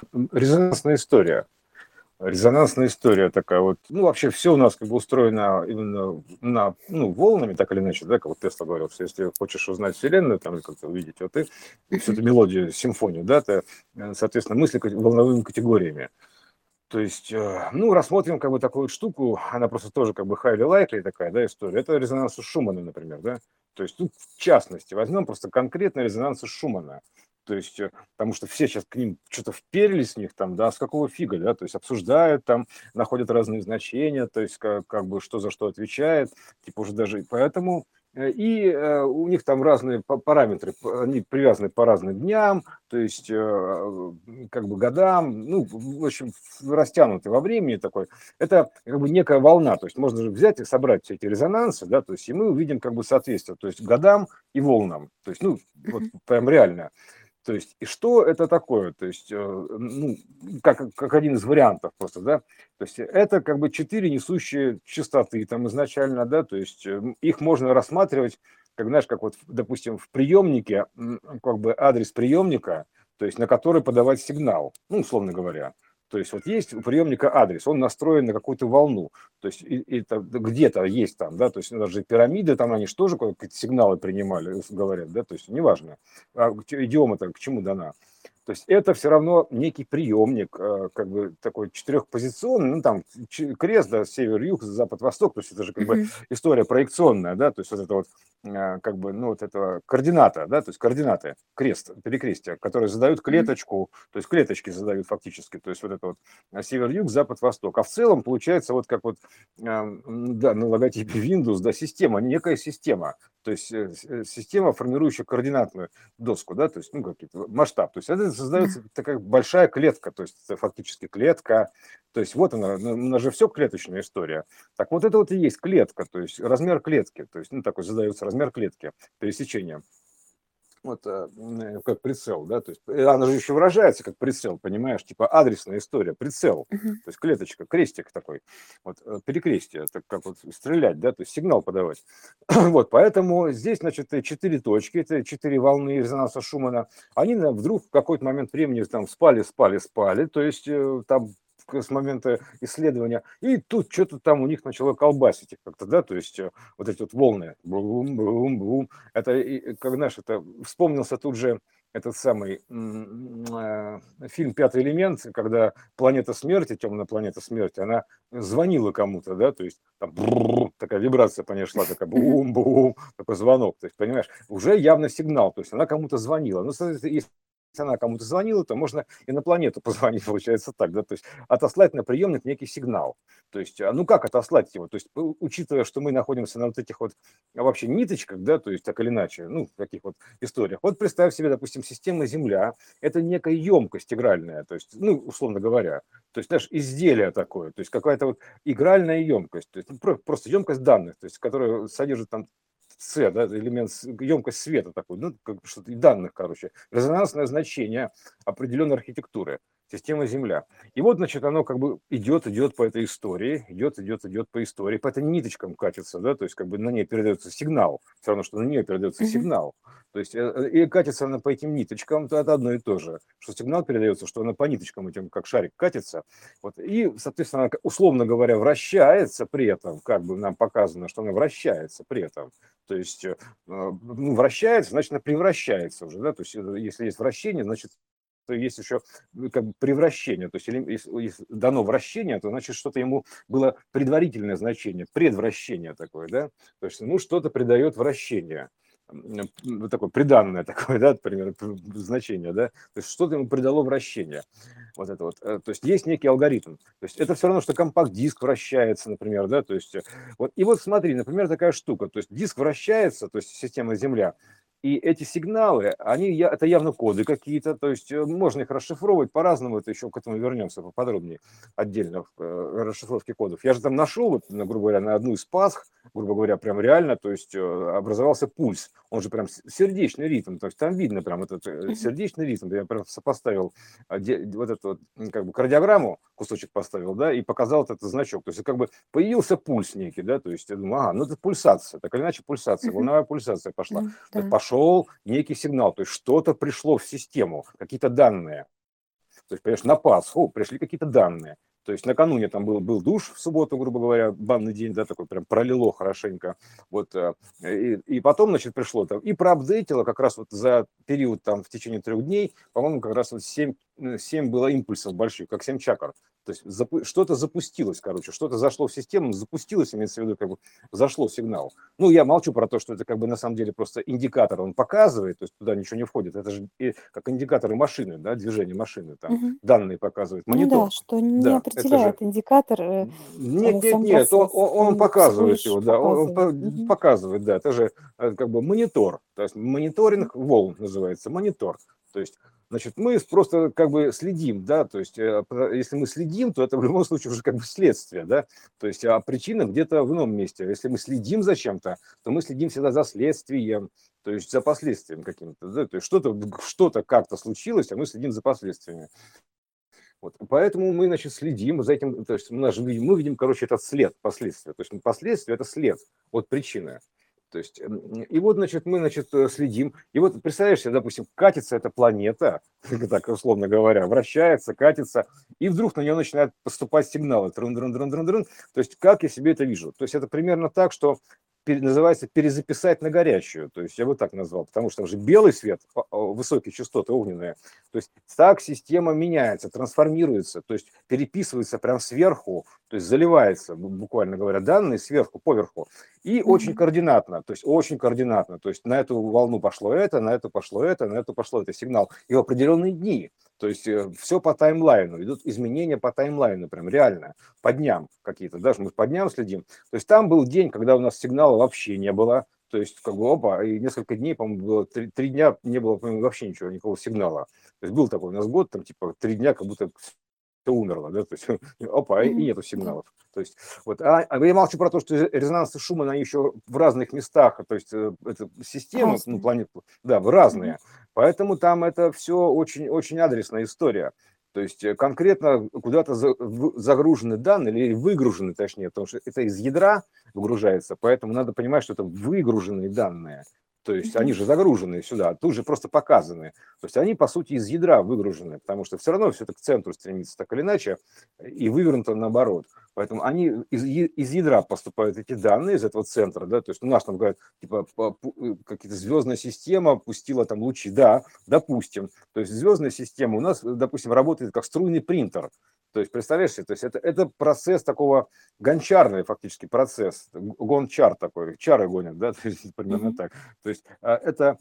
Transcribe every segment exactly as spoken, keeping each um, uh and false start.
Резонансная история. Резонансная история такая вот. Ну, вообще все у нас как бы устроено именно на, ну, волнами, так или иначе, да, как вот Тесла говорил, что если хочешь узнать Вселенную, там, или как-то увидеть, вот ты всю Мгм. эту мелодию, симфонию, да, ты, э, соответственно, мысли кат- волновыми категориями. То есть, э, ну, рассмотрим как бы такую вот штуку, она просто тоже как бы highly likely такая, да, история. Это резонанс Шумана, например, да. То есть тут в частности возьмем просто конкретно резонанс Шумана. То есть, э, потому что все сейчас к ним что-то вперились с них там, да, с какого фига, да, то есть обсуждают там, находят разные значения, то есть как, как бы что за что отвечает, типа уже даже и поэтому, э, и э, у них там разные па- параметры, п- они привязаны по разным дням, то есть э, как бы годам, ну, в общем, растянутый во времени такой. Это как бы некая волна, то есть можно же взять и собрать все эти резонансы, да, то есть и мы увидим как бы соответствие, то есть годам и волнам, то есть, ну, вот Мгм. прям реально. То есть, и что это такое? То есть, э, ну, как, как один из вариантов просто, да. То есть, это как бы четыре несущие частоты там изначально, да, то есть, э, их можно рассматривать, как, знаешь, как вот, допустим, в приемнике, м, как бы адрес приемника, то есть, на который подавать сигнал, ну, условно говоря. То есть, вот есть у приемника адрес, он настроен на какую-то волну, то есть, и, и это где-то есть там, да, то есть, даже пирамиды там, они же тоже какие-то сигналы принимали, говорят, да, то есть, неважно а идиома-то к чему дана. То есть это все равно некий приемник, э, как бы такой четырехпозиционный, ну там ч- крест, да, север, юг, запад, восток, то есть это же как бы Мгм. история проекционная, да, то есть вот это вот э, как бы, ну вот это координата, да, то есть координаты, крест, перекрестие, которые задают Мгм. клеточку, то есть клеточки задают фактически, то есть вот это вот э, север, юг, запад, восток. А в целом получается вот как вот, э, м, да, на логотипе Windows, да, система, некая система, то есть э, с- э, система, формирующая координатную доску, да, то есть, ну, какие-то масштаб. То есть это создается Да. такая большая клетка, то есть это фактически клетка. То есть вот она, ну, у нас же все клеточная история. Так вот это вот и есть клетка, то есть размер клетки, то есть, ну, такой задается размер клетки пересечением. Вот э, м, как прицел, да, то есть э, она же еще выражается как прицел, понимаешь, типа адресная история, прицел, Мгм. то есть клеточка, крестик такой, вот э, перекрестие, это как вот стрелять, да, то есть сигнал подавать. Вот, поэтому здесь, значит, э, четыре точки, это четыре волны резонанса Шумана, они на- вдруг в какой-то момент времени там спали, спали, спали, то есть э, там к- с момента исследования, и тут что-то там у них начало колбасить их как-то, да, то есть э, вот эти вот волны, бум, бум, бум, это, и, как знаешь, это вспомнился тут же этот самый м, э, фильм «Пятый элемент», когда планета смерти, темная планета смерти, она звонила кому-то, да, то есть там бррр, такая вибрация по ней шла, такая Мгм. бум-бум, такой звонок, то есть, понимаешь, уже явно сигнал, то есть она кому-то звонила. Ну, соответственно, если она кому-то звонила, то можно и на планету позвонить, получается так, да, то есть отослать на приемник некий сигнал. То есть, а ну как отослать его? То есть, у- учитывая, что мы находимся на вот этих вот а вообще ниточках, да, то есть так или иначе, ну, в таких вот историях. Вот представь себе, допустим, система Земля, это некая емкость игральная, то есть, ну, условно говоря, то есть, знаешь, изделие такое, то есть какая-то вот игральная емкость, то есть ну, про- просто емкость данных, то есть, которая содержит там С, да, элемент, с- емкость света такой, ну, как что-то и данных, короче, резонансное значение определенной архитектуры, система Земля. И вот, значит, оно как бы идет, идет по этой истории, идет, идет, идет по истории, по этой ниточкам катится, да, то есть как бы на ней передается сигнал, все равно, что на нее передается Мгм. сигнал. То есть э, э, и катится она по этим ниточкам, то это одно и то же, что сигнал передается, что она по ниточкам этим, как шарик, катится. Вот, и, соответственно, она, условно говоря, вращается при этом, как бы нам показано, что она вращается при этом. То есть, э, ну, вращается, значит, она превращается уже, да, то есть, э, если есть вращение, значит, то есть еще ну, как бы превращение, то есть если, если дано вращение, то значит что-то ему было предварительное значение, предвращение такое, да, то есть ему что-то придает вращение, м, такое приданное такое, да, например, значение, да, то есть что-то ему придало вращение, вот это вот, э, то есть есть некий алгоритм, то есть это все равно, что компакт-диск вращается, например, да, то есть э, вот, и вот смотри, например, такая штука, то есть диск вращается, то есть система Земля, и эти сигналы, они, я- это явно коды какие-то, то есть э, можно их расшифровывать по-разному, это еще к этому вернемся поподробнее отдельно в э, расшифровке кодов. Я же там нашел, вот, на, грубо говоря, на одну из Пасх, грубо говоря, прям реально, то есть э, образовался пульс, он же прям с- сердечный ритм, то есть там видно прям этот э, Мгм. сердечный ритм, я прям сопоставил а, де- вот эту вот, м, как бы кардиограмму, кусочек поставил, да, и показал вот этот значок, то есть как бы появился пульс некий, да, то есть я думаю, ага, ну это пульсация, так или иначе пульсация, Мгм. волновая пульсация пошла, Ну то есть да. пошел некий сигнал, то есть что-то пришло в систему, какие-то данные. То есть, понимаешь, на Пасху пришли какие-то данные. То есть накануне там был, был душ в субботу, грубо говоря, банный день, да, такой прям пролило хорошенько. Вот, э, и, и потом, значит, пришло там и проапдейтило как раз вот за период там в течение трех дней, по-моему, как раз вот семь, семь было импульсов больших, как семь чакр. То есть запу- что-то запустилось, короче, что-то зашло в систему, запустилось, имеется в виду, как бы зашло сигнал. Ну, я молчу про то, что это как бы на самом деле просто индикатор, он показывает, то есть туда ничего не входит. Это же и как индикаторы машины, да, движение машины, там Мгм. данные показывает Ну да, монитор. что не Да, это же определяет индикатор э, нет, э, нет, сам нет, он, процесс. он, он Он всего показывает лишь его, да, он, он показывает. по- Мгм. показывает, да, это же э, как бы монитор, то есть мониторинг волн называется, монитор. То есть, значит, мы просто как бы следим, да, то есть, э, про- если мы следим, то это в любом случае уже как бы следствие, да, то есть, а причина где-то в ином месте. Если мы следим за чем-то, то мы следим всегда за следствием, то есть за последствием каким-то, да, то есть что-то, что-то как-то случилось, а мы следим за последствиями. Вот. Поэтому мы, значит, следим за этим, то есть мы, же видим, мы видим, короче, этот след, последствия. То есть последствия – это след от причины. То есть, и вот, значит, мы, значит, э, следим. И вот представляешь себе, допустим, катится эта планета, так условно говоря, вращается, катится, и вдруг на нее начинают поступать сигналы. Трун-друн-друн-друн-друн. То есть, как я себе это вижу? То есть, это примерно так, что называется перезаписать на горячую. То есть, я бы так назвал, потому что уже белый свет, высокие частоты огненные, то есть так система меняется, трансформируется, то есть переписывается прям сверху, то есть заливается, буквально говоря, данные сверху, поверху. И очень Мгм. координатно, то есть очень координатно. То есть на эту волну пошло это, на эту пошло это, на эту пошло это сигнал. И в определенные дни. То есть э, все по таймлайну, идут изменения по таймлайну, прям реально, по дням какие-то, даже мы по дням следим. То есть там был день, когда у нас сигнала вообще не было, то есть как бы опа, и несколько дней, по-моему, было, три, три дня не было, по-моему, вообще ничего, никакого сигнала. То есть был такой у нас год, там типа три дня, как будто все умерло, да, то есть опа, и Мгм. нету Да. сигналов. То есть вот, а, а я молчу про то, что резонансы шума, они еще в разных местах, то есть э, это системы, ну, Разные. планеты, да, Мгм. разные, поэтому там это все очень, очень адресная история. То есть э, конкретно куда-то за- в- загружены данные или выгружены, точнее, потому что это из ядра выгружается, поэтому надо понимать, что это выгруженные данные. То есть они Мгм. же загружены сюда, тут же просто показаны. То есть они, по сути, из ядра выгружены, потому что все равно все это к центру стремится так или иначе, и вывернуто наоборот. Поэтому они из, из ядра поступают эти данные, из этого центра, да, то есть у нас там говорят, типа, какие-то звездная система пустила там лучи, да, допустим. То есть звездная система у нас, допустим, работает как струйный принтер. То есть, представляешь себе, то есть это, это процесс такого гончарный фактически процесс, гончар такой, чары гонят, да, то есть примерно Мгм. так. То есть а, это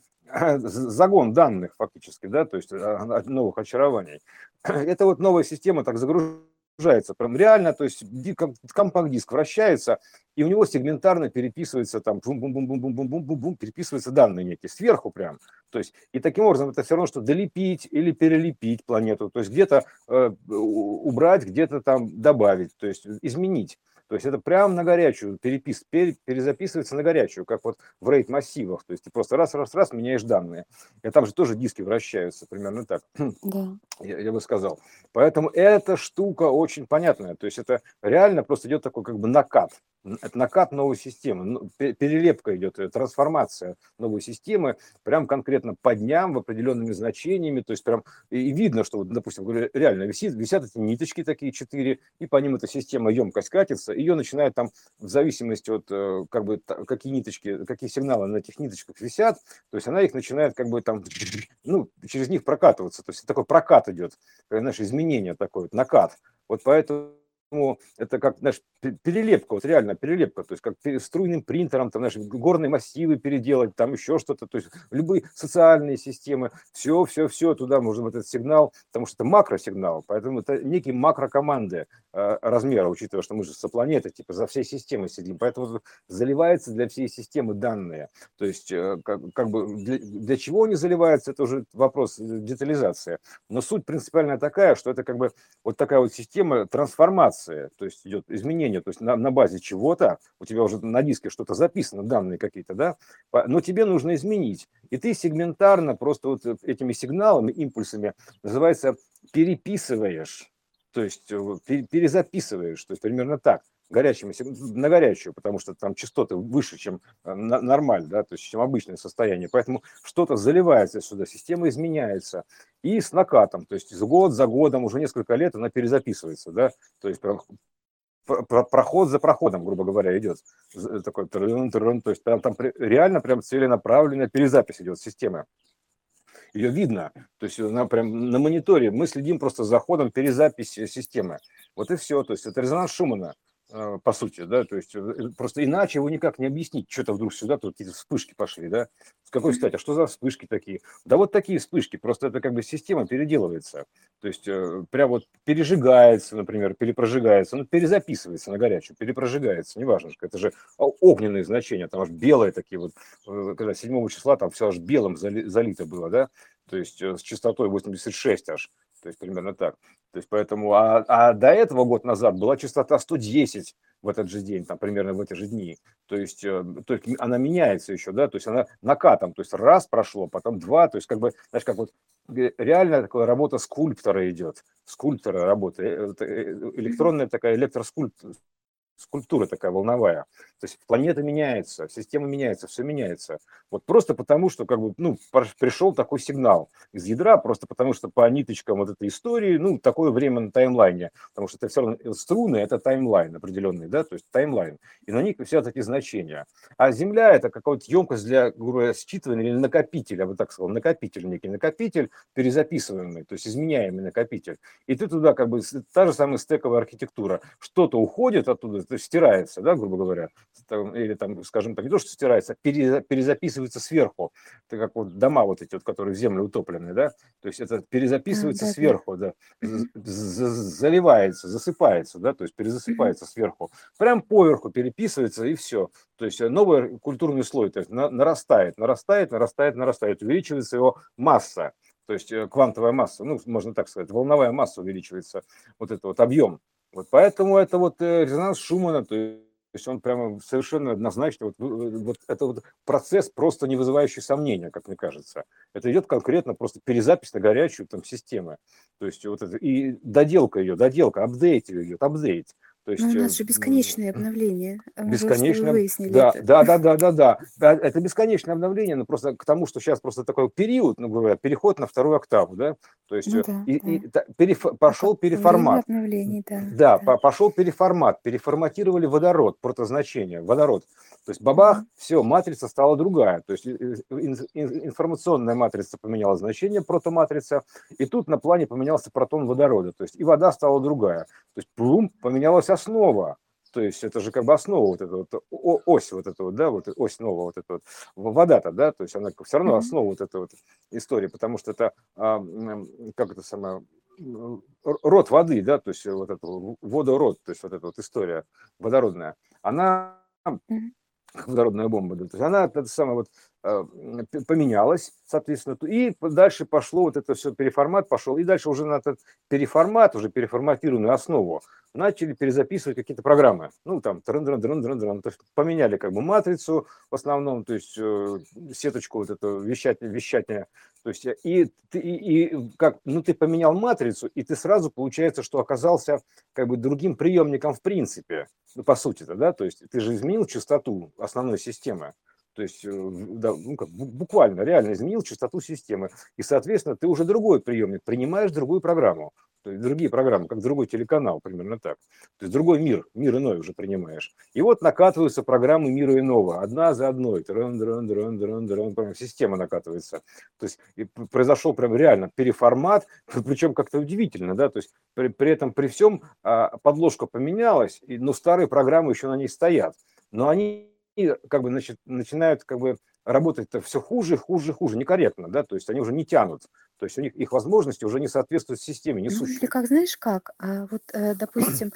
загон данных фактически, да, то есть а, новых очарований. Это вот новая система так загружается, прям реально, то есть компакт-диск вращается, и у него сегментарно переписывается там, бум-бум-бум-бум-бум-бум-бум, переписываются данные некие сверху прям. То есть, и таким образом это все равно, что долепить или перелепить планету, то есть где-то э, убрать, где-то там добавить, то есть изменить. То есть это прямо на горячую перепис, пере, перезаписывается на горячую, как вот в рейд-массивах. То есть ты просто раз-раз-раз меняешь данные. И там же тоже диски вращаются, примерно так, Да. я, я бы сказал. Поэтому эта штука очень понятная. То есть это реально просто идет такой как бы накат. Это накат новой системы, ну, перелепка идет, э, трансформация новой системы, прям конкретно по дням, в определенными значениями, то есть прям и видно, что, вот, допустим, говорю, реально висит, висят эти ниточки такие четыре, и по ним эта система емкость катится, ее начинает там в зависимости от э, как бы какие ниточки, какие сигналы на этих ниточках висят, то есть она их начинает как бы там, ну, через них прокатываться, то есть такой прокат идет, знаешь, изменение такое, накат. Вот поэтому это как, знаешь, перелепка, вот реально перелепка, то есть как струйным принтером, там, знаешь, горные массивы переделать, там еще что-то, то есть любые социальные системы, все, все, все, туда можно вот этот сигнал, потому что это макросигнал, поэтому это некие макрокоманды э, размера, учитывая, что мы же со планеты, типа за всей системой сидим, поэтому заливается для всей системы данные, то есть э, как, как бы для, для чего они заливаются, это уже вопрос детализации, но суть принципиальная такая, что это как бы вот такая вот система трансформации, то есть идет изменение, то есть на, на базе чего-то, у тебя уже на диске что-то записано, данные какие-то, да, но тебе нужно изменить. И ты сегментарно просто вот этими сигналами, импульсами, называется, переписываешь, то есть перезаписываешь, то есть примерно так. горячими, на горячую, потому что там частоты выше, чем нормально, да, то есть чем обычное состояние. Поэтому что-то заливается сюда, система изменяется. И с накатом, то есть год за годом, уже несколько лет она перезаписывается, да, то есть прям проход за проходом, грубо говоря, идет такой, то есть там, там реально прям целенаправленная перезапись идет системы. Ее видно, то есть она прям на мониторе, мы следим просто за ходом перезаписи системы. Вот и все, то есть это резонанс Шумана, по сути, да, то есть просто иначе его никак не объяснить, что-то вдруг сюда тут какие-то вспышки пошли, да, с какой стати, а что за вспышки такие? Да вот такие вспышки, просто это как бы система переделывается, то есть прям вот пережигается, например, перепрожигается, ну, перезаписывается на горячую, перепрожигается, неважно, это же огненные значения, там аж белые такие вот, когда седьмого числа там все аж белым залито было, да, то есть с частотой восемьдесят шесть аж, то есть примерно так. То есть поэтому, а, а до этого год назад была частота сто десять в этот же день, там примерно в эти же дни. То есть, то есть она меняется еще, да, то есть она накатом, то есть раз прошло, потом два, то есть как бы, знаешь, как вот реально такая работа скульптора идет, скульптора работа, электронная такая электроскульптура. Скульптура такая волновая. То есть планета меняется, система меняется, все меняется. Вот просто потому, что как бы, ну, пришел такой сигнал из ядра, просто потому что по ниточкам вот этой истории, ну, такое время на таймлайне, потому что это все равно струны, это таймлайн определенный, да, то есть таймлайн, и на них все такие значения. А Земля это какая-то емкость для, грубо говоря, считывания или накопителя, я бы так сказал, накопитель, некий накопитель, перезаписываемый, то есть изменяемый накопитель. И ты туда как бы, та же самая стековая архитектура, что-то уходит оттуда, то есть стирается, да, грубо говоря, или там, скажем так, не то, что стирается, а перезаписывается сверху, это как вот дома вот эти вот, которые в землю утоплены, да, то есть это перезаписывается а, да, сверху, да, да. заливается, засыпается, да, то есть перезасыпается сверху, прям поверху переписывается и все, то есть новый культурный слой, то есть нарастает, нарастает, нарастает, нарастает, увеличивается его масса, то есть квантовая масса, ну, можно так сказать, волновая масса увеличивается, вот это вот объем. Вот поэтому это вот резонанс Шумана, то есть он прямо совершенно однозначно, вот, вот это вот процесс, просто не вызывающий сомнения, как мне кажется. Это идет конкретно просто перезапись на горячую там системы. То есть вот это, и доделка ее, доделка, апдейт ее идет, апдейт. То Но есть у нас же бесконечные обновления. Может, что вы бесконечно, выяснили да, это. да, да, да, да, да, да, это бесконечное обновление, но просто к тому, что сейчас просто такой период, ну, говоря, переход на вторую октаву, да, то есть Ну да, и, да. и та, переф, А как пошел время переформат, обновлений, да, да, да. по, пошел переформат, переформатировали водород, протозначение, водород, то есть бабах, Мгм. все, матрица стала другая, то есть информационная матрица поменяла значение, протоматрица, и тут на плане поменялся протон водорода, то есть и вода стала другая, то есть бум, поменялась основа. То есть это же как бы основа вот эта вот ось вот эта вот, да, вот ось новая вот эта вот вода-то, да, то есть она все равно Мгм. основа вот этой вот истории, потому что это как это самое род воды, да, то есть вот это водород, то есть вот эта вот история водородная, она Мгм. водородная бомба, да, то есть она это самое вот поменялась, соответственно, и дальше пошло вот это все, переформат пошел, и дальше уже на этот переформат, уже переформатированную основу начали перезаписывать какие-то программы, ну, там, дрын-дрын-дрын-дрын-дрын, то есть поменяли как бы матрицу в основном, то есть э, сеточку вот эту вещательную, вещательную, то есть и, и, и как, ну, ты поменял матрицу, и ты сразу, получается, что оказался как бы другим приемником в принципе, ну, по сути-то, да, то есть ты же изменил частоту основной системы, то есть, да, ну, как, буквально, реально изменил частоту системы. И, соответственно, ты уже другой приемник, принимаешь другую программу. То есть другие программы, как другой телеканал, примерно так. То есть другой мир, мир иной уже принимаешь. И вот накатываются программы мира иного, одна за одной. Дрон, дрон, дрон, дрон, дрон, прям система накатывается. То есть и произошел прям реально переформат, причем как-то удивительно, да, то есть при, при этом при всем а, подложка поменялась, и, но старые программы еще на ней стоят. Но они как бы значит, начинают как бы работать-то все хуже, хуже, хуже, некорректно, да, то есть они уже не тянут, то есть у них их возможности уже не соответствуют системе Ну, или несущей. как, знаешь как? А, вот, э, допустим,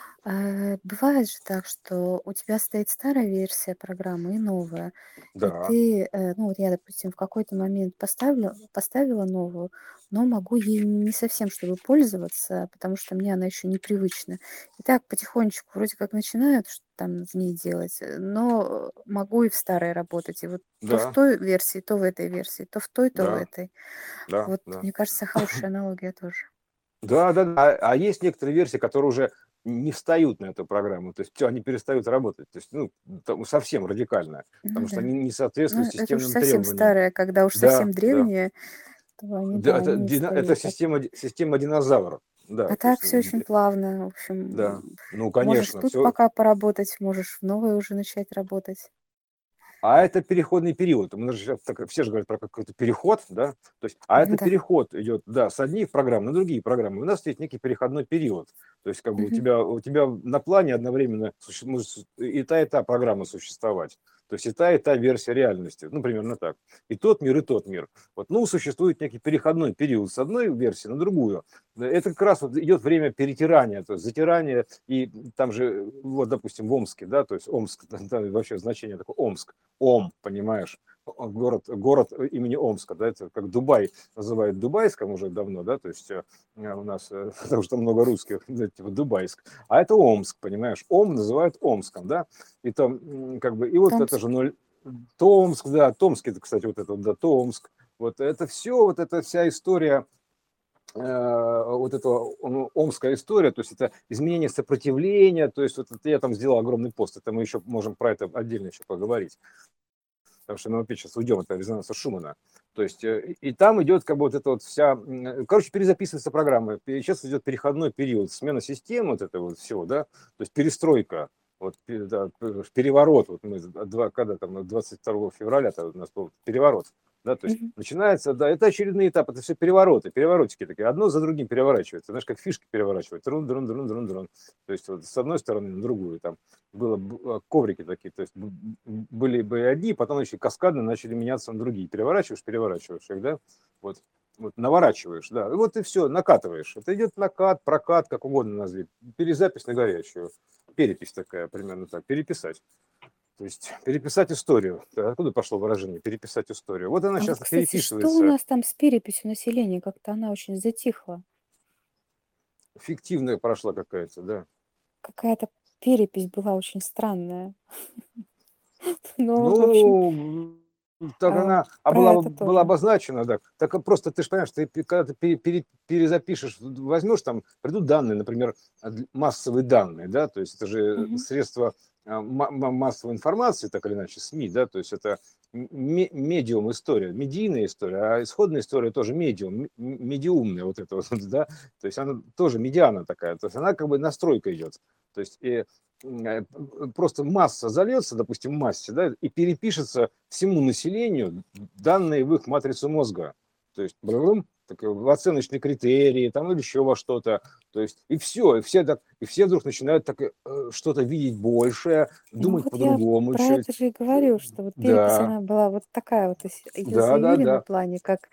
э, бывает же так, что у тебя стоит старая версия программы и новая, и Да, ты, э, ну вот я, допустим, в какой-то момент поставлю, поставила новую, но могу ей не совсем, чтобы пользоваться, потому что мне она еще непривычна. И так потихонечку вроде как начинают что там в ней делать, э, но могу и в старой работать. И вот то в да, той версии, то в этой версии, то в той, то в да, этой. да, Вот, да. мне кажется, хорошая аналогия тоже. Да, да, да. А, а есть некоторые версии, которые уже не встают на эту программу, то есть всё, они перестают работать, то есть, ну, там совсем радикально, Ну потому что да. они не соответствуют Ну, это уж системным совсем требованиям. старое, когда уж совсем Да, да. древние, то они, Да, да, это они не дина это встают. А система ди система динозавров. а Да, то так есть, всё м, очень д плавно. В Да, общем, ну, можешь конечно, тут всё. пока поработать, можешь в новой уже начать работать. А это переходный период. Мы же щас так все же говорят про какой-то переход, да, то есть, а это Да. переход идет, да, с одних программ на другие программы. У нас есть некий переходной период. То есть как бы у Мгм. тебя у тебя на плане одновременно суще может с и та, и та программа существовать. То есть и та, и та версия реальности. Ну, примерно так. И тот мир, и тот мир. Вот, ну, существует некий переходной период с одной версии на другую. Это как раз вот идет время перетирания, то есть затирания. И там же, вот, допустим, в Омске, да, то есть Омск, там вообще значение такое Омск. Ом, понимаешь? О город город имени Омска, да, это как Дубай называют Дубайском уже давно, да, то есть, э, у нас, э, потому что много русских, да, типа Дубайск. А это Омск, понимаешь? Ом называют Омском, да. И там, м, как бы, и вот это Томск. же ноль Томск, да, Томск, это, кстати, вот это вот, да, Томск. Вот это всё, вот эта вся история, э, вот эта о омская история, то есть это изменение сопротивления, то есть вот это я там сделал огромный пост, это мы еще можем про это отдельно еще поговорить. Потому что мы опять сейчас уйдем от резонанса Шумана. То есть, э, и там идет как бы вот эта вот вся, м, короче, перезаписывается программа. И сейчас идет переходной период, смена систем вот этого вот всего, да, то есть перестройка, вот, пе да, п переворот. Вот мы два когда там двадцать второго февраля-то у нас был переворот, да, то есть Мгм. начинается, да, это очередной этап, это все перевороты, переворотики такие, одно за другим переворачивается, знаешь, как фишки переворачивают, трун друн друн друн друн. То есть вот с одной стороны на другую там было б коврики такие, то есть б б были бы одни, потом еще каскадно начали меняться на другие. Переворачиваешь, переворачиваешь их, да, вот, вот наворачиваешь, да, и вот и всё, накатываешь. Это идет накат, прокат, как угодно назови, перезапись на горячую, перепись такая, примерно так, переписать. То есть переписать историю. Откуда пошло выражение переписать историю? Вот она А вот, щас кстати, что у переписывается. нас там с переписью населения? Как-то она очень затихла. Фиктивная прошла какая-то, да. Какая-то перепись была очень странная. Ну, в общем Ну, так а, она, а про была это была тоже. обозначена, да. Так просто ты ж понимаешь, ты когда ты пере пере перезапишешь, возьмешь там, придут данные, например, дл массовые данные, да, то есть это же Мгм. средства, а, ма ма массовой информации, так или иначе, СМИ, да, то есть это м ме медиум история, медийная история, а исходная история тоже медиум, м медиумная вот эта вот, да, то есть она тоже медиана такая, то есть она как бы настройка идет. То есть, и, м, э, просто масса зальется, допустим, массе, да, и перепишется всему населению данные в их матрицу мозга. То есть брррм, так в оценочные критерии там или еще во что-то. То есть и всё, и все так, и все вдруг начинают так, э, что-то видеть большее, Ну думать вот я по-другому про чуть. это же и говорю, что вот перепись, Да. она была вот такая вот, то есть её заявили на Да-да-да. плане как,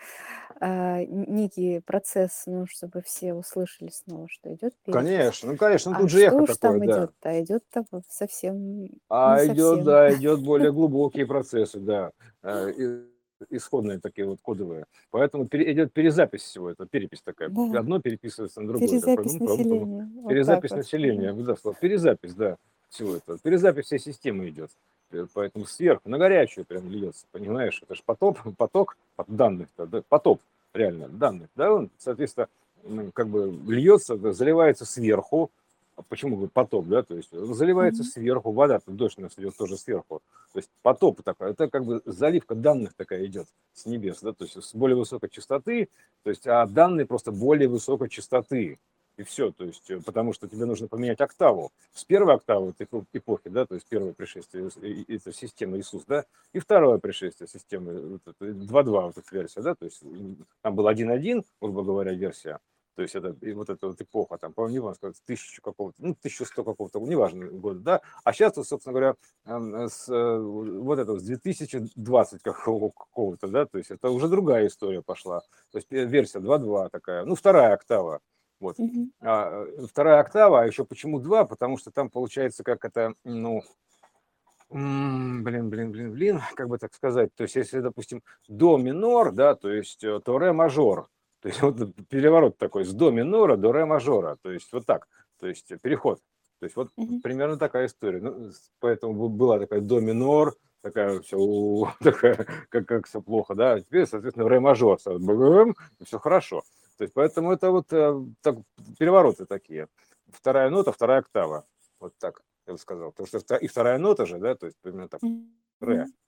а, н некий процесс, ну, чтобы все услышали снова, что идет перепись. Конечно, ну, конечно, ну, А тут же что эхо уж такое, там да. идет-то? А идет-то вот совсем не А идет, совсем. да, идет более глубокие процессы, да, э, и исходные такие вот кодовые. Поэтому пере идет перезапись всего этого, перепись такая. Да. Одно переписывается на другое, так Перезапись прым-прым-прым. населения. Вот так Перезапись вот. Мгм. населения, да, слово перезапись, да, всего этого. Перезапись всей системы идет. Э, поэтому сверху на горячую прям льется, понимаешь? Это ж потоп поток данных-то, да, потоп реально данных, да, он, соответственно, м, как бы льется, заливается сверху. А почему говорю поток, да, то есть заливается Мгм. сверху, вода, дождь у нас идет тоже сверху. То есть потоп такой, это как бы заливка данных такая идет с небес, да, то есть с более высокой частоты, то есть, а данные просто более высокой частоты. И всё, то есть, потому что тебе нужно поменять октаву. С первой октавы этой эпохи, да, то есть первое пришествие, и это система Иисус, да, и второе пришествие системы, вот это два два вот эта версия, да, то есть там был один один, грубо говоря, версия. То есть это и вот эта вот эпоха, там, по-моему, неважно, сказать, тысячу какого-то, ну, тысяча сто какого-то, неважно года, да. А щас вот, собственно говоря, ам, с вот это вот с две тысячи двадцать какого какого-то, да, то есть это уже другая история пошла. То есть версия два два такая, ну, вторая октава. Вот. Мгм. А, вторая октава, а еще почему два? Потому что там получается, как это, ну, м, блин блин блин блин, как бы так сказать, то есть если, допустим, до минор, да, то есть, то ре мажор. То есть вот переворот такой с до минора до ре мажора, то есть вот так, то есть переход. То есть вот Мгм. примерно такая история. Ну, с поэтому была такая до минор, такая всё у такая, как как всё плохо, да. А теперь, соответственно, ре мажор, бэм, и всё хорошо. То есть поэтому это вот, э, так перевороты такие. вторая нота, вторая октава. Вот так я бы сказал. Потому что вто- и вторая нота же, да, то есть примерно так, ре. Мгм.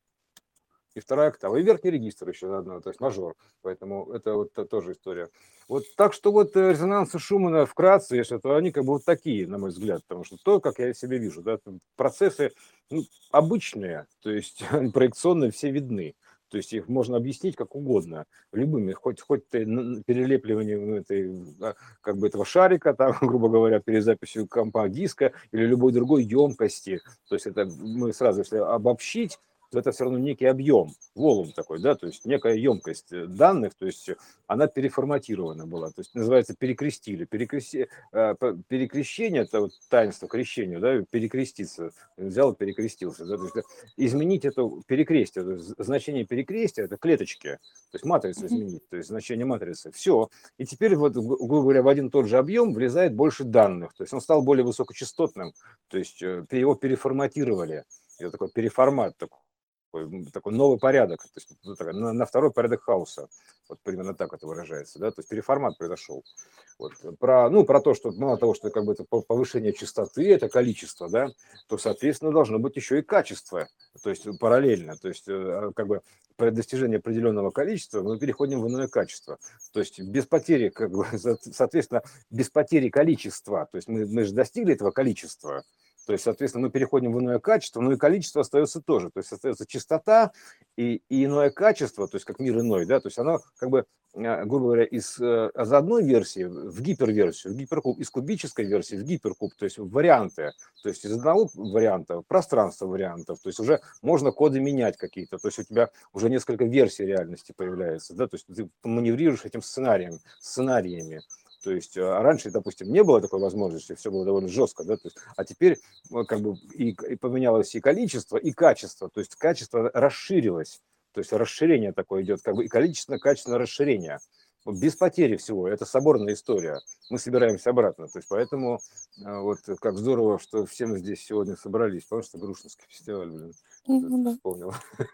И вторая октава, и верхний регистр еще заодно, то есть мажор. Поэтому это вот та- тоже история. Вот так что вот э, резонансы Шумана вкратце, если то они как бы вот такие, на мой взгляд, потому что то, как я себе вижу, да, там процессы ну, обычные, то есть проекционные все видны. То есть их можно объяснить как угодно, любыми, хоть, хоть ты н- перелепливанием этой, а, как бы этого шарика, там, грубо говоря, перезаписью компакт-диска или любой другой емкости. То есть это мы сразу, если обобщить, то это все равно некий объем, волум такой, да, то есть некая емкость э, данных, то есть э, она переформатирована была, то есть называется перекрестили. Перекрести, э, п- перекрещение, это вот таинство крещения, да, перекреститься, взял и перекрестился, да, то есть э, изменить это перекрестие, то есть значение перекрестия, это клеточки, то есть матрицу Мгм. изменить, то есть значение матрицы, все. И теперь вот, гру- грубо говоря, в один и тот же объем влезает больше данных, то есть он стал более высокочастотным, то есть э, его переформатировали, это такой переформат такой, такой, такой новый порядок, то есть ну, так, на, на второй порядок хаоса, вот примерно так это выражается, да, то есть переформат произошел. Вот. Про, ну, про то, что мало того, что как бы это повышение частоты, это количество, да, то, соответственно, должно быть еще и качество, то есть параллельно, то есть э, как бы при достижении определенного количества мы переходим в иное качество, то есть без потери, как бы, соответственно, без потери количества, то есть мы, мы же достигли этого количества, то есть, соответственно, мы переходим в иное качество, но и количество остается тоже. То есть остается частота и, и иное качество, то есть как мир иной, да, то есть оно как бы, э, грубо говоря, из, э, из одной версии в гиперверсию, в гиперкуб, из кубической версии в гиперкуб, то есть варианты, то есть из одного варианта пространство вариантов, то есть уже можно коды менять какие-то, то есть у тебя уже несколько версий реальности появляется, да, то есть ты маневрируешь этим сценарием, сценариями. То есть а раньше, допустим, не было такой возможности, все было довольно жестко, да, то есть, а теперь как бы и, и поменялось и количество, и качество, то есть качество расширилось, то есть расширение такое идет, как бы и количественно-качественное расширение. Вот без потери всего, это соборная история. Мы собираемся обратно, то есть поэтому вот как здорово, что все мы здесь сегодня собрались, потому что Грушинский фестиваль, блин, Ну да. вспомнил.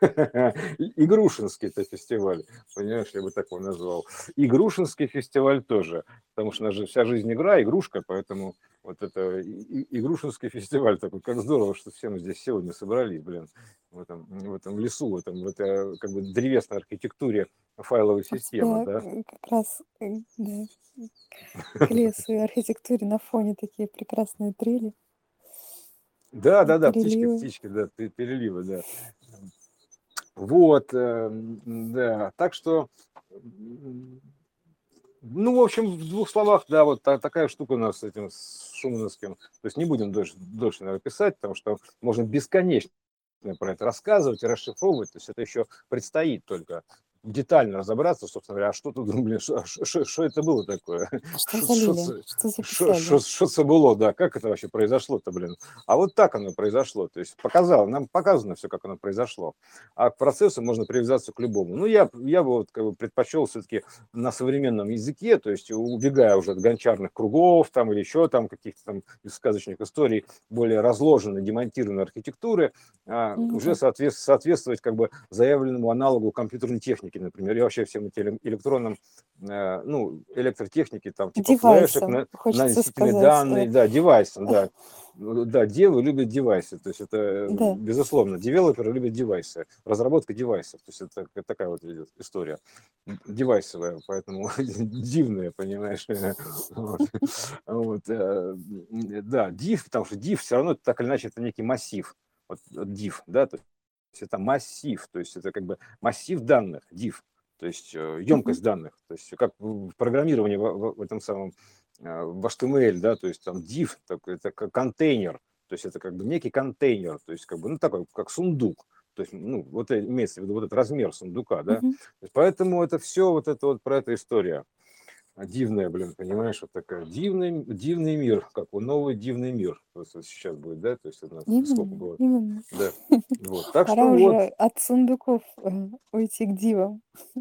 Игрушинский это фестиваль, понимаешь, я бы так его назвал. И Грушинский фестиваль тоже, потому что у нас же вся жизнь игра, игрушка, поэтому вот это Игрушинский фестиваль такой, как здорово, что все мы здесь сегодня собрались, блин, в этом, в этом лесу, в этом, в этой как бы древесной архитектуре файловой У системы, тебя да. э, как раз, э, да, к лесу и архитектуре на фоне такие прекрасные трели Да, и да, да, птички, переливы. птички, да, переливы, да. Вот, э, да, так что, ну, в общем, в двух словах, да, вот та- такая штука у нас с этим с Шумановским. То есть не будем дольше, дольше наверное, писать, потому что можно бесконечно про это рассказывать и расшифровывать. То есть это еще предстоит только детально разобраться, собственно говоря, а что тут, блин, что, что- что это было такое? Что Что, за что, лиля? це- Что за что, что, печали? что це было, да, как это вообще произошло-то, блин? А вот так оно произошло, то есть показало, нам показано все, как оно произошло. А к процессу можно привязаться к любому. Ну, я, я бы вот как бы предпочел все-таки на современном языке, то есть убегая уже от гончарных кругов там или еще там каких-то там из сказочных историй, более разложенной, демонтированной архитектуры, а, Ну уже да. соответ- соответствовать как бы заявленному аналогу компьютерной техники, например, и вообще всем этим электронным, э, ну, электротехники, там, типа флешек, Девайсом, на- хочется наносительные сказать. э, данные, да, девайсом, да. Ну, да, девы любят девайсы, то есть это э, Да. безусловно, девелоперы любят девайсы, разработка девайсов, то есть это как- такая вот идет история девайсовая, поэтому дивная, понимаешь. Вот. Вот, э, да, div, потому что div все равно так или иначе это некий массив, вот div, да, то есть это массив, то есть это как бы массив данных, div, то есть э, Мгм. емкость данных, то есть как в программировании в, в- в этом самом э, в эйч ти эм эль, да, то есть там div, так, это как контейнер, то есть это как бы некий контейнер, то есть как бы, ну, такой, как сундук, то есть, ну, вот э- имеется в виду вот этот размер сундука, да, Мгм. то есть поэтому это все вот это вот про эту история. А дивная, блин, понимаешь, вот такая дивный, дивный мир, как у новый дивный мир. Вот вот сейчас будет, да, то есть у нас сколько Именно, было, именно. да, вот. Так Пора что вот, уже от сундуков э, уйти к дивам.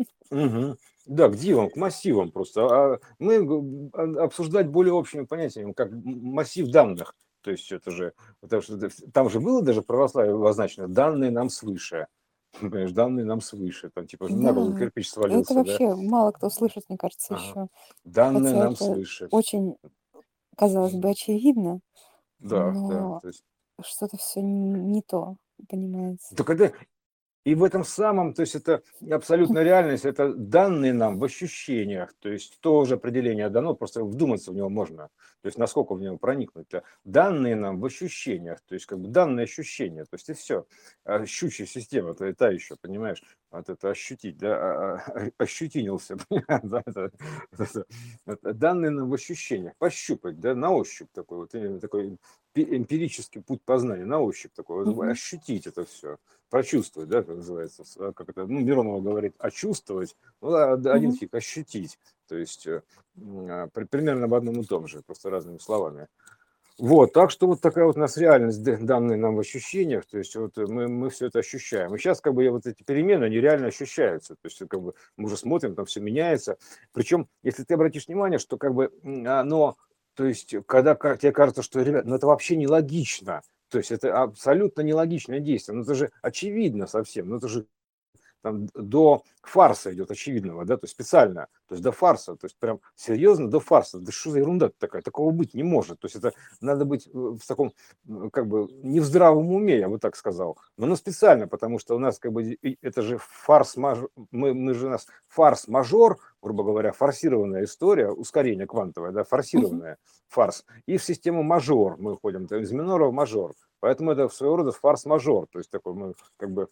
мгм. Да, к дивам, к массивам просто. А мы г- а- обсуждать более общими понятиями, как м- массив данных. То есть это же, потому что это- там же было даже православие обозначено, данные нам свыше. Понимаешь, данные нам свыше. Там типа на голову Да, кирпич это свалился, да. вообще мало кто слышит, мне кажется, Ага. еще. Данные Хотя нам это свыше. очень казалось бы, Мгм. очевидно, Да, да, но то есть что-то все не то, понимаете. только это и в этом самом, то есть это абсолютная реальность, это данные нам в ощущениях, то есть тоже определение дано, просто вдуматься в него можно, то есть насколько в него проникнуть. -то. Данные нам в ощущениях, то есть как бы данные ощущения, то есть и все. А щучья система, то и та еще, понимаешь, вот это ощутить, да, а- а- ощетинился, да, это- это- это данные нам в ощущениях, пощупать, да, на ощупь такой вот, именно такой пи- эмпирический путь познания, на ощупь такой, вот, Мгм. ощутить это все прочувствовать, да, как называется, с- а, как это, ну, Миронова говорит, а чувствовать, ну, а, да, один Мгм. фиг, ощутить, то есть э, м, а, при- примерно об одном и том же, просто разными словами. Вот, так что вот такая вот у нас реальность, д- данная нам в ощущениях, то есть вот э, мы, мы все это ощущаем. И сейчас как бы я вот эти перемены, они реально ощущаются, то есть как бы мы уже смотрим, там все меняется. Причем, если ты обратишь внимание, что как бы м, оно, то есть когда ка- тебе кажется, что, ребят, ну это вообще нелогично, то есть это абсолютно нелогичное действие, ну это же очевидно совсем, ну это же там до фарса идет очевидного, да, то есть специально, то есть до фарса, то есть прям серьезно до фарса. Да что за ерунда такая? Такого быть не может. То есть это надо быть э, в таком, м, как бы, не в здравом уме, я бы так сказал. Но ну, специально, потому что у нас как бы и- это же фарс, маж- мы, мы же у нас фарс-мажор, грубо говоря, форсированная история, ускорение квантовое, да, Мгм. форсированное фарс. И в систему мажор мы уходим, то есть из минора в мажор. Поэтому это своего рода фарс-мажор, то есть такой мы как бы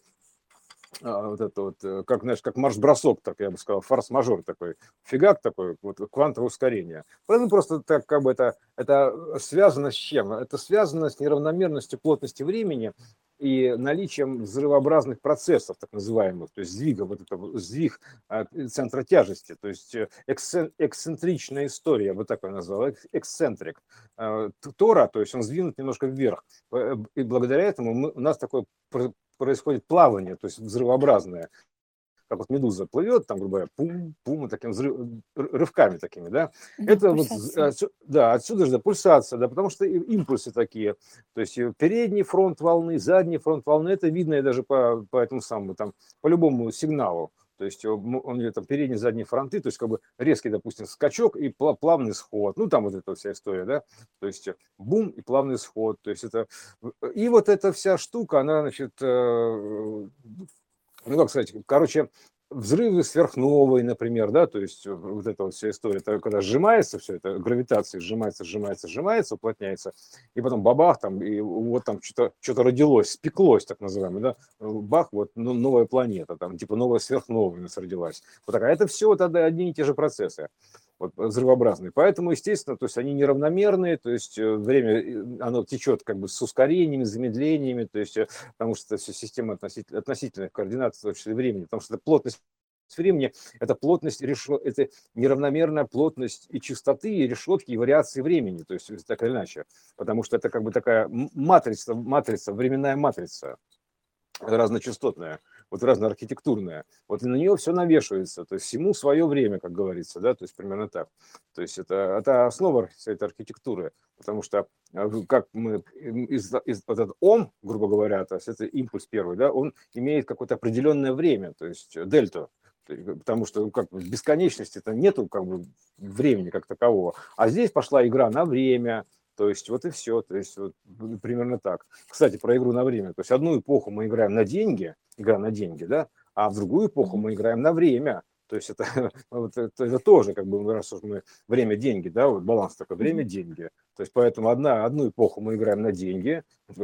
а, вот это вот, э, как, знаешь, как марш-бросок, так я бы сказал, форс-мажор такой, фигак такой, вот квантовое ускорение. Поэтому просто так как бы это, это связано с чем? Это связано с неравномерностью плотности времени и наличием взрывообразных процессов, так называемых, то есть сдвига, вот это вот сдвиг а, центра тяжести, то есть э, эксцен- эксцентричная история, я бы так ее назвал, экс- эксцентрик. А, Т- Тора, то есть он сдвинут немножко вверх, Э, и благодаря этому мы, у нас такой происходит плавание, то есть взрывообразное, как вот медуза плывет, там, грубо говоря, пум, пум, таким взрыв, рывками такими, да, Да, это вот, пульсация. да, отсюда же да, пульсация, да, потому что импульсы такие, то есть передний фронт волны, задний фронт волны, это видно и даже по, по этому самому, там, по любому сигналу, то есть он, он там передние, задние фронты, то есть как бы резкий, допустим, скачок и плавный сход, ну там вот эта вся история, да, то есть бум и плавный сход, то есть это, и вот эта вся штука, она, значит, ну как сказать, короче, взрывы сверхновой, например, да, то есть э, вот эта вот вся история, это когда сжимается все это, гравитация сжимается, сжимается, сжимается, уплотняется, и потом бабах там, и вот там что-то что родилось, спеклось, так называемое, да, бах, вот ну, новая планета, там, типа новая сверхновая у нас родилась. Вот такая, это все вот одни и те же процессы вот, взрывообразные. Поэтому, естественно, то есть они неравномерные, то есть э, время, э, оно течет как бы с ускорениями, замедлениями, то есть э, потому что это все система относительно, относительных координат, в том числе времени, потому что это плотность времени, это плотность, решо- это неравномерная плотность и частоты, и решетки, и вариации времени, то есть так или иначе, потому что это как бы такая матрица, матрица, временная матрица, разночастотная, вот разноархитектурная. Вот на нее все навешивается, то есть всему свое время, как говорится, да, то есть примерно так. То есть это, это основа всей этой архитектуры, потому что а, как мы из, из вот этот ом, грубо говоря, то есть это импульс первый, да, он имеет какое-то определенное время, то есть дельту, потому что ну, как в бесконечности это нету как бы времени как такового, а здесь пошла игра на время, то есть вот и все, то есть вот примерно так. Кстати, про игру на время. То есть одну эпоху мы играем на деньги, игра на деньги, да, а в другую эпоху Мгм. мы играем на время. То есть это, вот это, это тоже, как бы, раз уж мы время деньги, да, вот баланс такой, время Мгм. деньги. То есть поэтому одна, одну эпоху мы играем на деньги,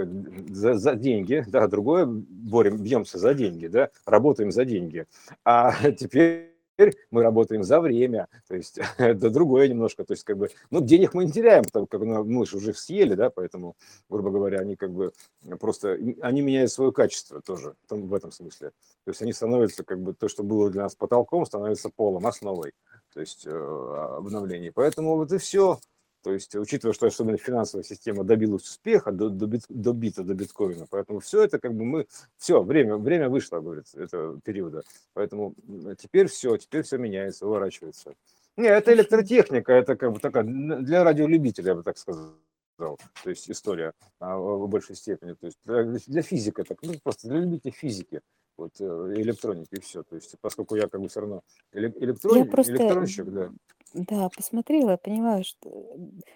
за, за деньги, да, другое борем, бьемся за деньги, да, работаем за деньги. А теперь мы работаем за время, то есть это другое немножко, то есть как бы, ну, денег мы не теряем, потому как ну, мы же уже их съели, да, поэтому, грубо говоря, они как бы просто, они меняют свое качество тоже в, том, в этом смысле. То есть они становятся как бы, то, что было для нас потолком, становится полом, основой, то есть э, обновлений. Поэтому вот и все. То есть, учитывая, что особенно финансовая система добилась успеха, до, до бит, добита до биткоина, поэтому все это как бы мы, все, время, время вышло, говорится, этого периода. Поэтому теперь все, теперь все меняется, уворачивается. Не, это Очень. электротехника, это как бы такая для радиолюбителя, я бы так сказал. То есть история а, в большей степени. То есть для, для физика, так, ну, просто для любителей физики, вот, э, электроники и все. То есть, поскольку я как бы все равно эле- Я электрон, просто, электронщик, да. м, да, посмотрела, понимаю, что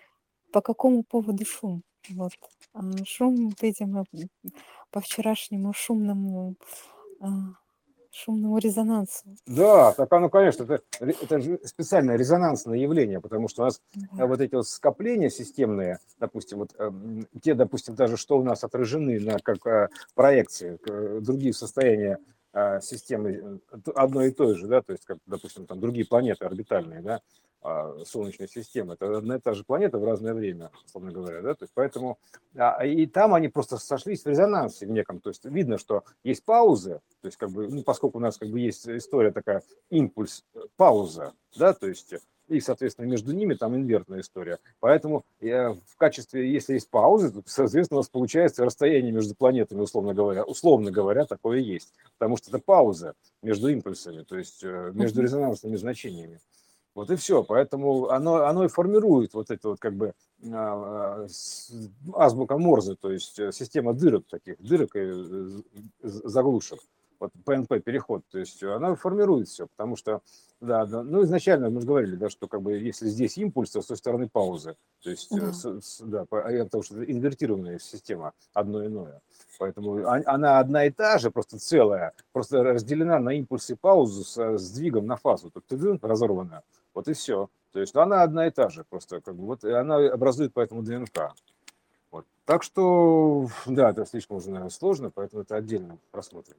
по какому поводу шум? Вот. А, шум, видимо, м, по вчерашнему шумному, а, шумному резонансу. Да, так оно, конечно, это, ре- это же специальное резонансное явление, потому что у нас э, Да. вот эти вот скопления системные, допустим, вот эм, те, допустим, даже что у нас отражены на как э, проекции, э, другие состояния э, системы э, т- одной и той же, да, то есть, как, допустим, там другие планеты орбитальные, да, а, Солнечной системы, это одна и та же планета в разное время, условно говоря, да, то есть поэтому а, и там они просто сошлись в резонансе в неком, то есть видно, что есть паузы, то есть как бы, ну, поскольку у нас как бы есть история такая, импульс, э, пауза, да, то есть и, соответственно, между ними там инвертная история. Поэтому э, в качестве, если есть паузы, то, соответственно, у нас получается расстояние между планетами, условно говоря, условно говоря, такое есть, потому что это пауза между импульсами, то есть э, между Мгм. резонансными значениями. Вот и все. Поэтому оно, оно и формирует вот это вот как бы а, с- азбука Морзе, то есть э, система дырок таких, дырок и э, з- заглушек. Вот П Н П переход, то есть она формирует все, потому что, да, да, ну изначально мы же говорили, да, что как бы если здесь импульс, то с той стороны паузы, то есть, э, Да. с- с- да, по- а потому что это инвертированная система, одно иное. Поэтому он- она одна и та же, просто целая, просто разделена на импульсы и паузу с э, сдвигом на фазу, тут разорвана. Вот и все. То есть она одна и та же, просто как бы вот и она образует поэтому Д Н К. Вот. Так что, да, это слишком уже, наверное, сложно, поэтому это отдельно просмотрим.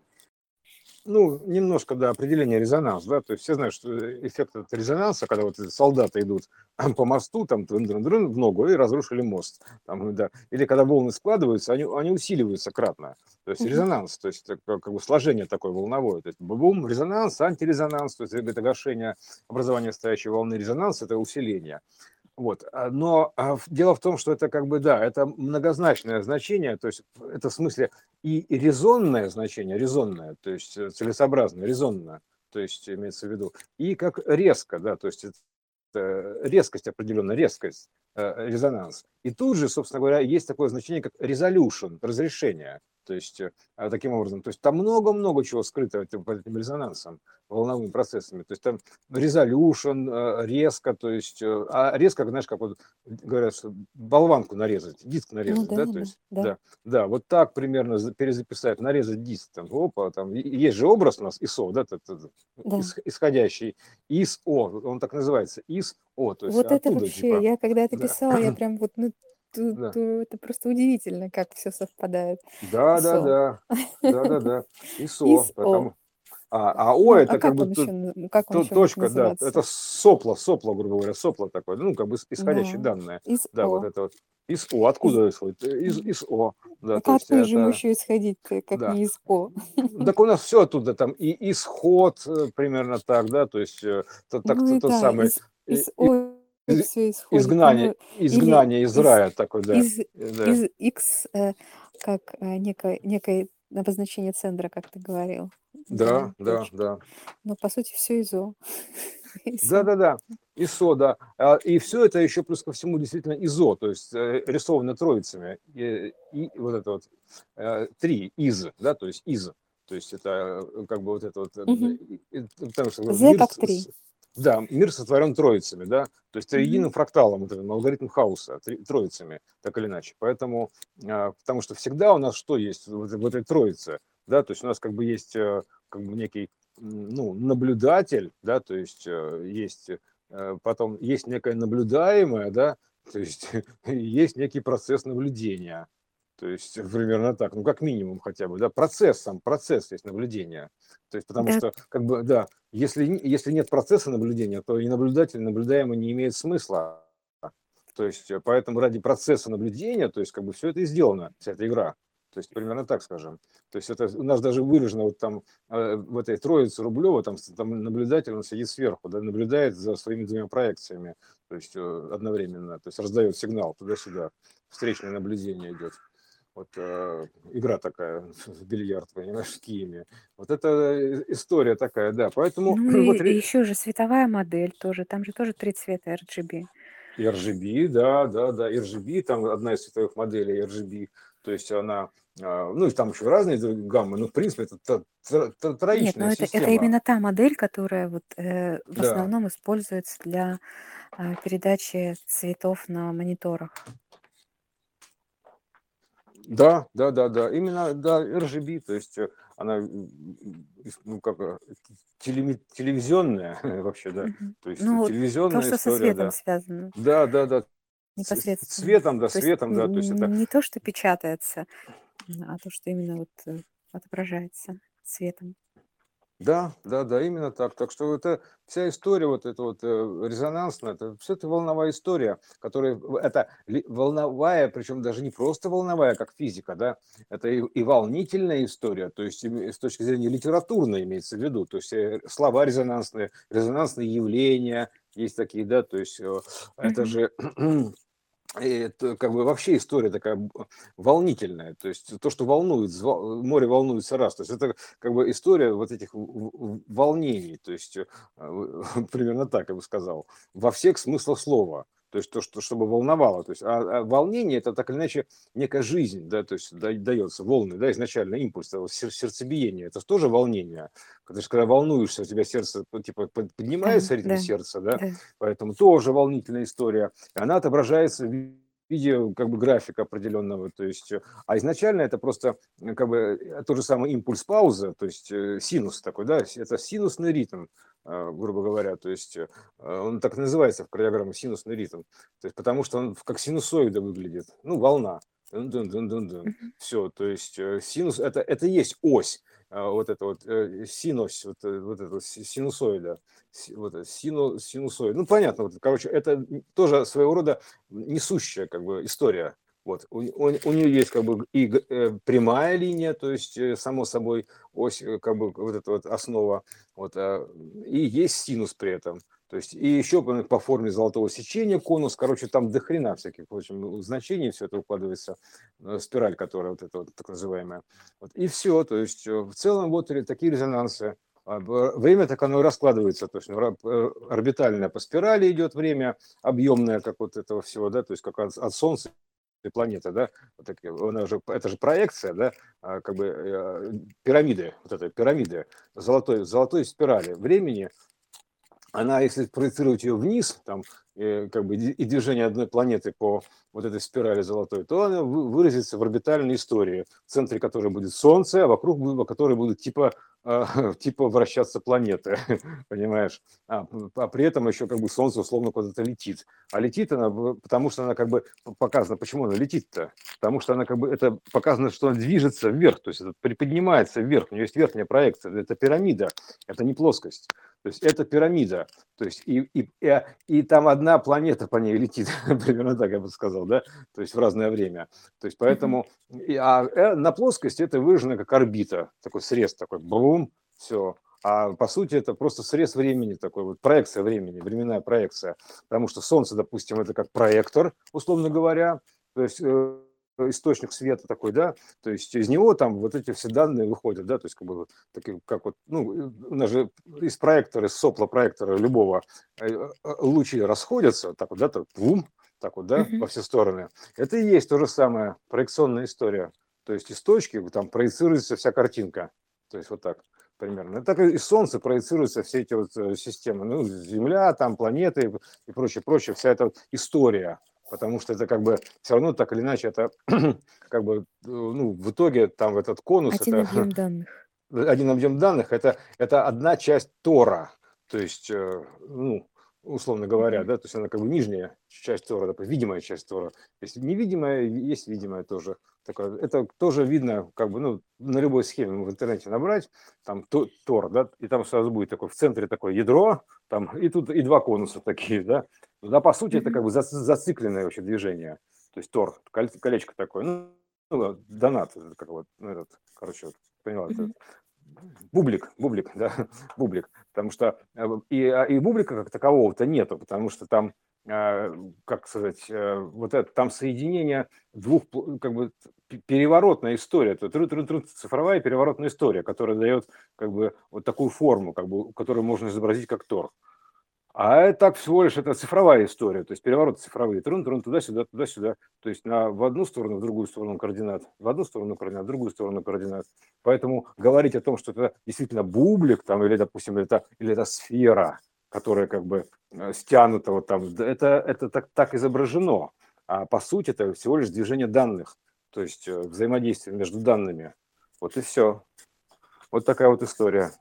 Ну, немножко, да, определение резонанс, да, то есть все знают, что эффект от резонанса, когда вот эти солдаты идут по мосту, там, дрын-дрын-дрын, в ногу и разрушили мост, там, да, или когда волны складываются, они, они усиливаются кратно, то есть Мгм. резонанс, то есть это как, как бы сложение такое волновое, то есть бум, резонанс, антирезонанс, то есть это гашение образования стоящей волны, резонанс, это усиление. Вот. а, Но а, в- дело в том, что это как бы, да, это многозначное значение, то есть это в смысле и и резонное значение, резонное, то есть э, целесообразное, резонно, то есть имеется в виду, и как резко, да, то есть это резкость определенная, резкость, э, резонанс. И тут же, собственно говоря, есть такое значение, как resolution, разрешение. То есть э, а, таким образом, то есть там много-много чего скрыто этим- под этим резонансом, волновыми процессами. То есть там резолюшн, резко, то есть, э, а резко, знаешь, как вот говорят, что болванку нарезать, диск Ну нарезать, да, да, то да, есть, да. да, да, вот так примерно за- перезаписать, нарезать диск, там, опа, там, и- есть же образ у нас ИСО, да, т- т- Да. ис- исходящий, ИСО, он так называется, ИСО, то есть Вот это оттуда, вообще, типа, я когда это да, писала, я прям вот, ну, ту- да, ту- это просто удивительно, как все совпадает. да, да, ИСО. да, да, да, да, ИСО, ИСО. потому, а, а О Ну, а это как как бы он еще, тут как он то- еще мог точка, да, это называться? сопло, сопло, грубо говоря, сопло такое, ну, как бы исходящие Да, данные, да, вот ИСО. это вот из О, Из... откуда исходит? Из, Мгм. из О, да, Так то а есть откуда же ему это, еще исходить-то, как да. не из О? Так у нас все оттуда, там и исход э, примерно так, да, то есть э, тот, так, Ну и тот да, самый из, э, из и- О из- все исходит. изгнание, Ну, или изгнание из из, рая такой, да, из, э, да, из X, э, как э, некое, некое обозначение центра, как ты говорил. да, Да, да, точка. да. Но по сути все из О. ИСО. Да-да-да, ИСО, да. А, И все это еще плюс ко всему действительно ИЗО, то есть э, рисовано троицами. И, и вот это вот э, три из, да, то есть из. То есть это э, как бы вот это вот, э, Мгм. и- и- потому что Z мир, как с- три. с- да, мир сотворен троицами, да, то есть Мгм. триединым фракталом, вот этим алгоритм хаоса, три- троицами, так или иначе. Поэтому, а, потому что всегда у нас что есть в, этой в этой троице, да, то есть у нас как бы есть э, как бы некий м, ну, наблюдатель, да, то есть э, есть э, потом есть некое наблюдаемое, да, то есть есть некий процесс наблюдения, то есть примерно так, ну как минимум хотя бы, да, процесс сам, процесс есть наблюдения, то есть потому Да, что как бы, да, если, не- если нет процесса наблюдения, то и наблюдатель, и наблюдаемый не имеет смысла, то есть э, поэтому ради процесса наблюдения, то есть как бы все это и сделано, вся эта игра. То есть примерно так скажем. То есть это у нас даже выражено вот там э, в этой троице Рублева, там, с- там наблюдатель, он сидит сверху, да, наблюдает за своими двумя проекциями, то есть э, одновременно, то есть раздает сигнал туда-сюда, встречное наблюдение идет. Вот э, игра такая в бильярд, понимаешь, в киями. Вот это э, история такая, да. Поэтому ну и, вот и ре- еще же световая модель тоже. Там же тоже три цвета эр джи би. и эр джи би, да, да, да, эр джи би, там одна из световых моделей эр джи би. то есть она, а, ну и там еще разные друг- гаммы, но в принципе это та- тро- тро- Нет, но троичная это, это система. именно та модель, которая вот, э, в Да, основном используется для а, передачи цветов на мониторах. да, да, да, да, именно, да, эр джи би, то есть э, она, м, м, ис- ну как, э, телеви- телевизионная вообще, да, Мгм. то есть Ну, вот то, телевизионная что со история, светом да, связано да, да, да, с- с- непосредственно. цветом, да, То есть светом, да, то есть это. н- не то, что печатается, м, а то, что именно вот э, отображается цветом. Да, да, да, именно так. Так что это вся история вот эта вот э, резонансная, это все это волновая история, которая в- это ли- волновая, причем даже не просто волновая, как физика, да, это и, и волнительная история, то есть име- с точки зрения литературной имеется в виду, то есть э, слова резонансные, резонансные явления есть такие, да, то есть э, это Мгм. же и это как бы вообще история такая б- волнительная, то есть то, что волнует, зва- море волнуется раз, то есть это как бы история вот этих в- в- волнений, то есть э, примерно так я бы сказал, во всех смыслах слова, то есть то, что чтобы волновало, то есть а, а волнение это так или иначе некая жизнь, да, то есть да- дается волны, да, изначально импульс, а вот сер- сердцебиение, это же тоже волнение, потому что когда волнуешься, у тебя сердце ну, типа под- Да, поднимается ритм да, сердца, да, да. поэтому тоже волнительная история. И она отображается в виде как бы графика определенного, то есть, э, а изначально это просто э, как бы э, тот же самый импульс пауза, то есть э, синус такой, да, с- это синусный ритм, э, грубо говоря, то есть э, он так и называется в кардиограмме синусный ритм, то есть потому что он как синусоида выглядит, ну волна, Мгм. все, то есть э, синус это это и есть ось, а, вот это вот э, синус, вот, э, вот это вот си- синусоида, си- вот это сину, синусоид. Ну, понятно, вот, короче, это тоже своего рода несущая как бы история. Вот. У, у, у нее есть как бы и г- э, прямая линия, то есть, э, само собой, ось, э, как бы вот эта вот основа, вот, а, и есть синус при этом. То есть, и еще по, по форме золотого сечения конус, короче, там до хрена всяких, в общем, значений все это укладывается, э, спираль, которая вот эта вот так называемая. Вот, и все, то есть, э, в целом вот ре- такие резонансы. А, б- Время так оно и раскладывается, то есть ну, ра- э, орбитальное по спирали идет время, объемное, как вот этого всего, да, то есть как от, от Солнца и планеты, да, вот такие, она же, это же проекция, да, а, как бы э, пирамиды, вот этой пирамиды, золотой, золотой спирали времени, она, если проецировать ее вниз, там, э, как бы и движение одной планеты по вот этой спирали золотой, то она вы- выразится в орбитальной истории, в центре которой будет Солнце, а вокруг будет- которой будут типа, а, типа вращаться планеты, понимаешь? А, п- а при этом еще как бы Солнце условно куда-то летит. А летит она, в- потому что она как бы п- показано, почему она летит-то? Потому что она как бы, это показано, что она движется вверх, то есть это приподнимается вверх, у нее есть верхняя проекция, это пирамида, это не плоскость. То есть это пирамида, то есть и, и, и, а, и там одна планета по ней летит, примерно так я бы сказал, да, то есть в разное время. То есть Мгм. поэтому, и, а э, на плоскости это выражено как орбита, такой срез такой, бум, все. А по сути это просто срез времени такой, вот проекция времени, временная проекция. Потому что Солнце, допустим, это как проектор, условно говоря, то есть э, источник света такой, да, то есть из него там вот эти все данные выходят, да, то есть как бы вот такие, как вот, ну, у нас же из проектора, из сопла проектора любого э, э, лучи расходятся, так вот, да, так, бум, так вот, да, Мгм. во все стороны. Это и есть то же самое, проекционная история. То есть из точки там проецируется вся картинка. То есть вот так примерно. Так и из Солнца проецируются все эти вот э, системы. Ну, Земля, там планеты и прочее, прочее, вся эта вот история. Потому что это как бы все равно так или иначе это как бы, э, ну, в итоге там этот конус, Один это объем данных. один объем данных, это, это одна часть Тора, то есть, э, ну, условно говоря, Мгм. да, то есть она как бы нижняя часть Тора, такая видимая часть Тора. Есть невидимая, есть видимая тоже. Такое, это тоже видно, как бы, ну, на любой схеме в интернете набрать, там то- Тор, да, и там сразу будет такой, в центре такое ядро, там, и тут и два конуса такие, да. Да, по сути, это Мгм. как бы зац- зацикленное вообще движение. То есть Тор, коль- колечко такое, ну, ну, донат, как вот, ну, этот, короче, вот, поняла, Мгм. Бублик, бублик, да, бублик, потому что э, и, а, и бублика как такового-то нету, потому что там, э, как сказать, э, вот это, там соединение двух, пл- как бы п- переворотная история, то тру- тру- тру- цифровая переворотная история, которая дает как бы вот такую форму, как бы, которую можно изобразить как тор. А это так всего лишь это цифровая история, то есть перевороты цифровые, трун-трун, туда-сюда, туда-сюда, то есть на, в одну сторону, в другую сторону координат, в одну сторону координат, в другую сторону координат. Поэтому говорить о том, что это действительно бублик, там, или, допустим, это, или это сфера, которая как бы э, стянута вот там, да, это, это так, так изображено. А по сути это всего лишь движение данных, то есть э, взаимодействие между данными. Вот и все. Вот такая вот история.